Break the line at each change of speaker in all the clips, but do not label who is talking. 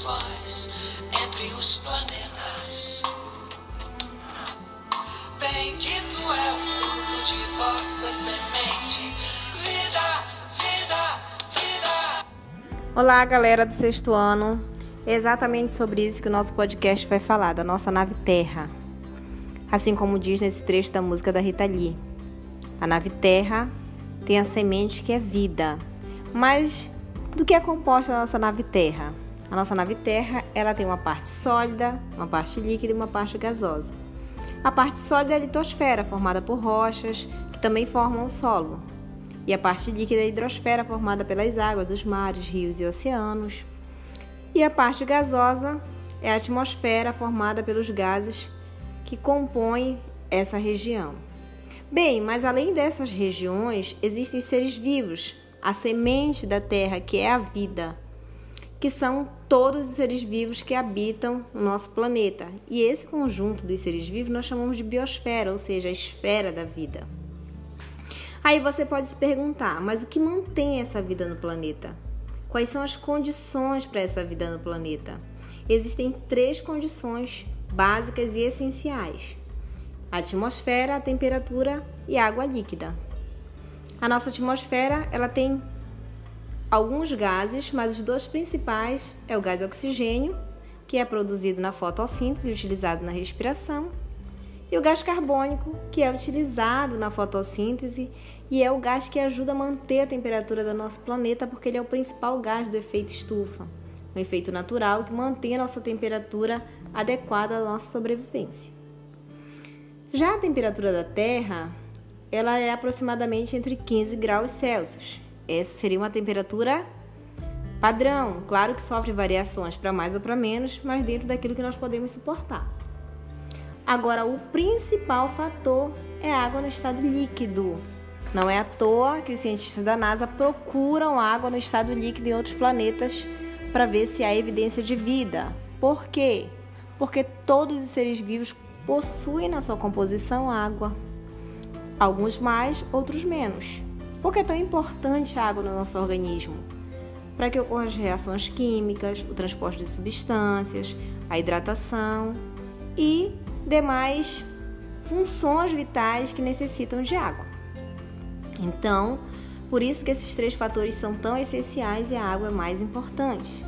conexões entre os planetas. Bendito é o fruto de vossa semente, vida, vida, vida.
Olá, galera do sexto ano. É exatamente sobre isso que o nosso podcast vai falar, da nossa nave Terra. Assim como diz nesse trecho da música da Rita Lee. A nave Terra tem a semente que é vida. Mas do que é composta a nossa nave Terra? A nossa nave Terra, ela tem uma parte sólida, uma parte líquida e uma parte gasosa. A parte sólida é a litosfera, formada por rochas, que também formam o solo. E a parte líquida é a hidrosfera, formada pelas águas dos mares, rios e oceanos. E a parte gasosa é a atmosfera, formada pelos gases que compõem essa região. Bem, mas além dessas regiões, existem os seres vivos, a semente da Terra, que é a vida, que são todos os seres vivos que habitam o nosso planeta. E esse conjunto dos seres vivos nós chamamos de biosfera, ou seja, a esfera da vida. Aí você pode se perguntar, mas o que mantém essa vida no planeta? Quais são as condições para essa vida no planeta? Existem 3 condições básicas e essenciais: a atmosfera, a temperatura e a água líquida. A nossa atmosfera, ela tem alguns gases, mas os 2 principais é o gás oxigênio, que é produzido na fotossíntese e utilizado na respiração, e o gás carbônico, que é utilizado na fotossíntese e é o gás que ajuda a manter a temperatura do nosso planeta, porque ele é o principal gás do efeito estufa, um efeito natural que mantém a nossa temperatura adequada à nossa sobrevivência. Já a temperatura da Terra, ela é aproximadamente entre 15 graus Celsius. Essa seria uma temperatura padrão, claro que sofre variações para mais ou para menos, mas dentro daquilo que nós podemos suportar. Agora, o principal fator é a água no estado líquido. Não é à toa que os cientistas da NASA procuram água no estado líquido em outros planetas para ver se há evidência de vida. Por quê? Porque todos os seres vivos possuem na sua composição água. Alguns mais, outros menos. Por que é tão importante a água no nosso organismo? Para que ocorram as reações químicas, o transporte de substâncias, a hidratação e demais funções vitais que necessitam de água. Então, por isso que esses 3 fatores são tão essenciais e a água é mais importante.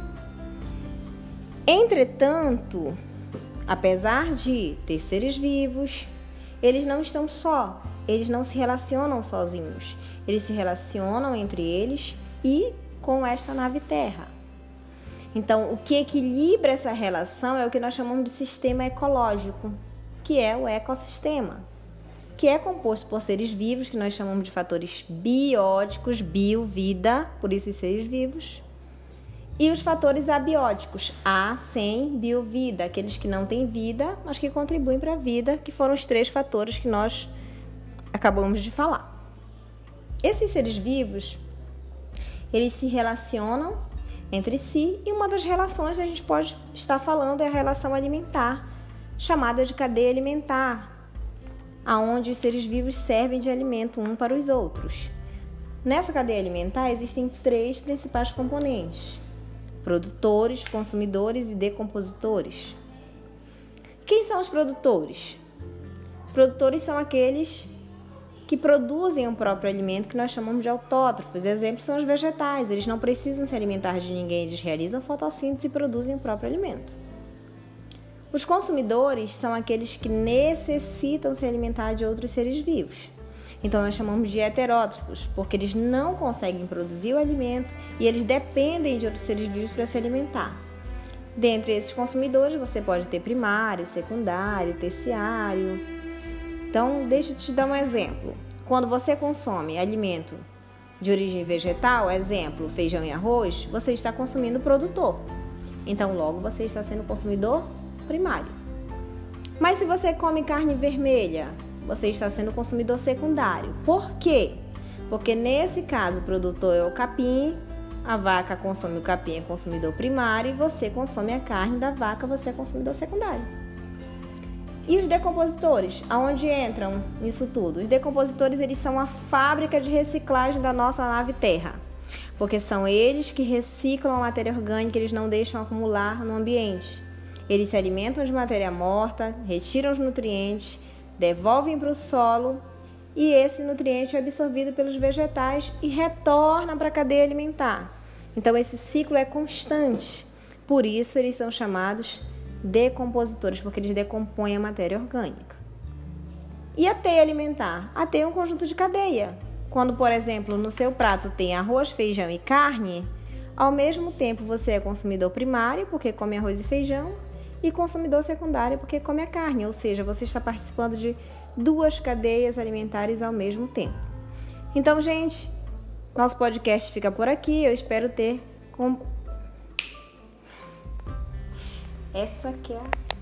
Entretanto, apesar de ter seres vivos, eles não estão só, eles não se relacionam sozinhos. Eles se relacionam entre eles e com esta nave Terra. Então, o que equilibra essa relação é o que nós chamamos de sistema ecológico, que é o ecossistema, que é composto por seres vivos, que nós chamamos de fatores bióticos, bio, vida, por isso os seres vivos, e os fatores abióticos, a, sem, bio, vida, aqueles que não têm vida, mas que contribuem para a vida, que foram os 3 fatores que nós acabamos de falar. Esses seres vivos, eles se relacionam entre si e uma das relações que a gente pode estar falando é a relação alimentar, chamada de cadeia alimentar, aonde os seres vivos servem de alimento um para os outros. Nessa cadeia alimentar existem 3 principais componentes: produtores, consumidores e decompositores. Quem são os produtores? Os produtores são aqueles que produzem o próprio alimento, que nós chamamos de autótrofos. Exemplos são os vegetais, eles não precisam se alimentar de ninguém, eles realizam fotossíntese e produzem o próprio alimento. Os consumidores são aqueles que necessitam se alimentar de outros seres vivos. Então nós chamamos de heterótrofos, porque eles não conseguem produzir o alimento e eles dependem de outros seres vivos para se alimentar. Dentre esses consumidores você pode ter primário, secundário, terciário. Então, deixa eu te dar um exemplo. Quando você consome alimento de origem vegetal, exemplo, feijão e arroz, você está consumindo produtor. Então, logo, você está sendo consumidor primário. Mas se você come carne vermelha, você está sendo consumidor secundário. Por quê? Porque nesse caso, o produtor é o capim, a vaca consome o capim, é consumidor primário, e você consome a carne da vaca, você é consumidor secundário. E os decompositores, aonde entram nisso tudo? Os decompositores, eles são a fábrica de reciclagem da nossa nave Terra. porque são eles que reciclam a matéria orgânica, eles não deixam acumular no ambiente. Eles se alimentam de matéria morta, retiram os nutrientes, devolvem para o solo e esse nutriente é absorvido pelos vegetais e retorna para a cadeia alimentar. Então esse ciclo é constante, por isso eles são chamados decompositores, porque eles decompõem a matéria orgânica. E a teia alimentar? A teia é um conjunto de cadeia. Quando, por exemplo, no seu prato tem arroz, feijão e carne, ao mesmo tempo você é consumidor primário, porque come arroz e feijão, e consumidor secundário, porque come a carne, ou seja, você está participando de duas cadeias alimentares ao mesmo tempo. Então, gente, nosso podcast fica por aqui. Eu espero ter... Essa que é a...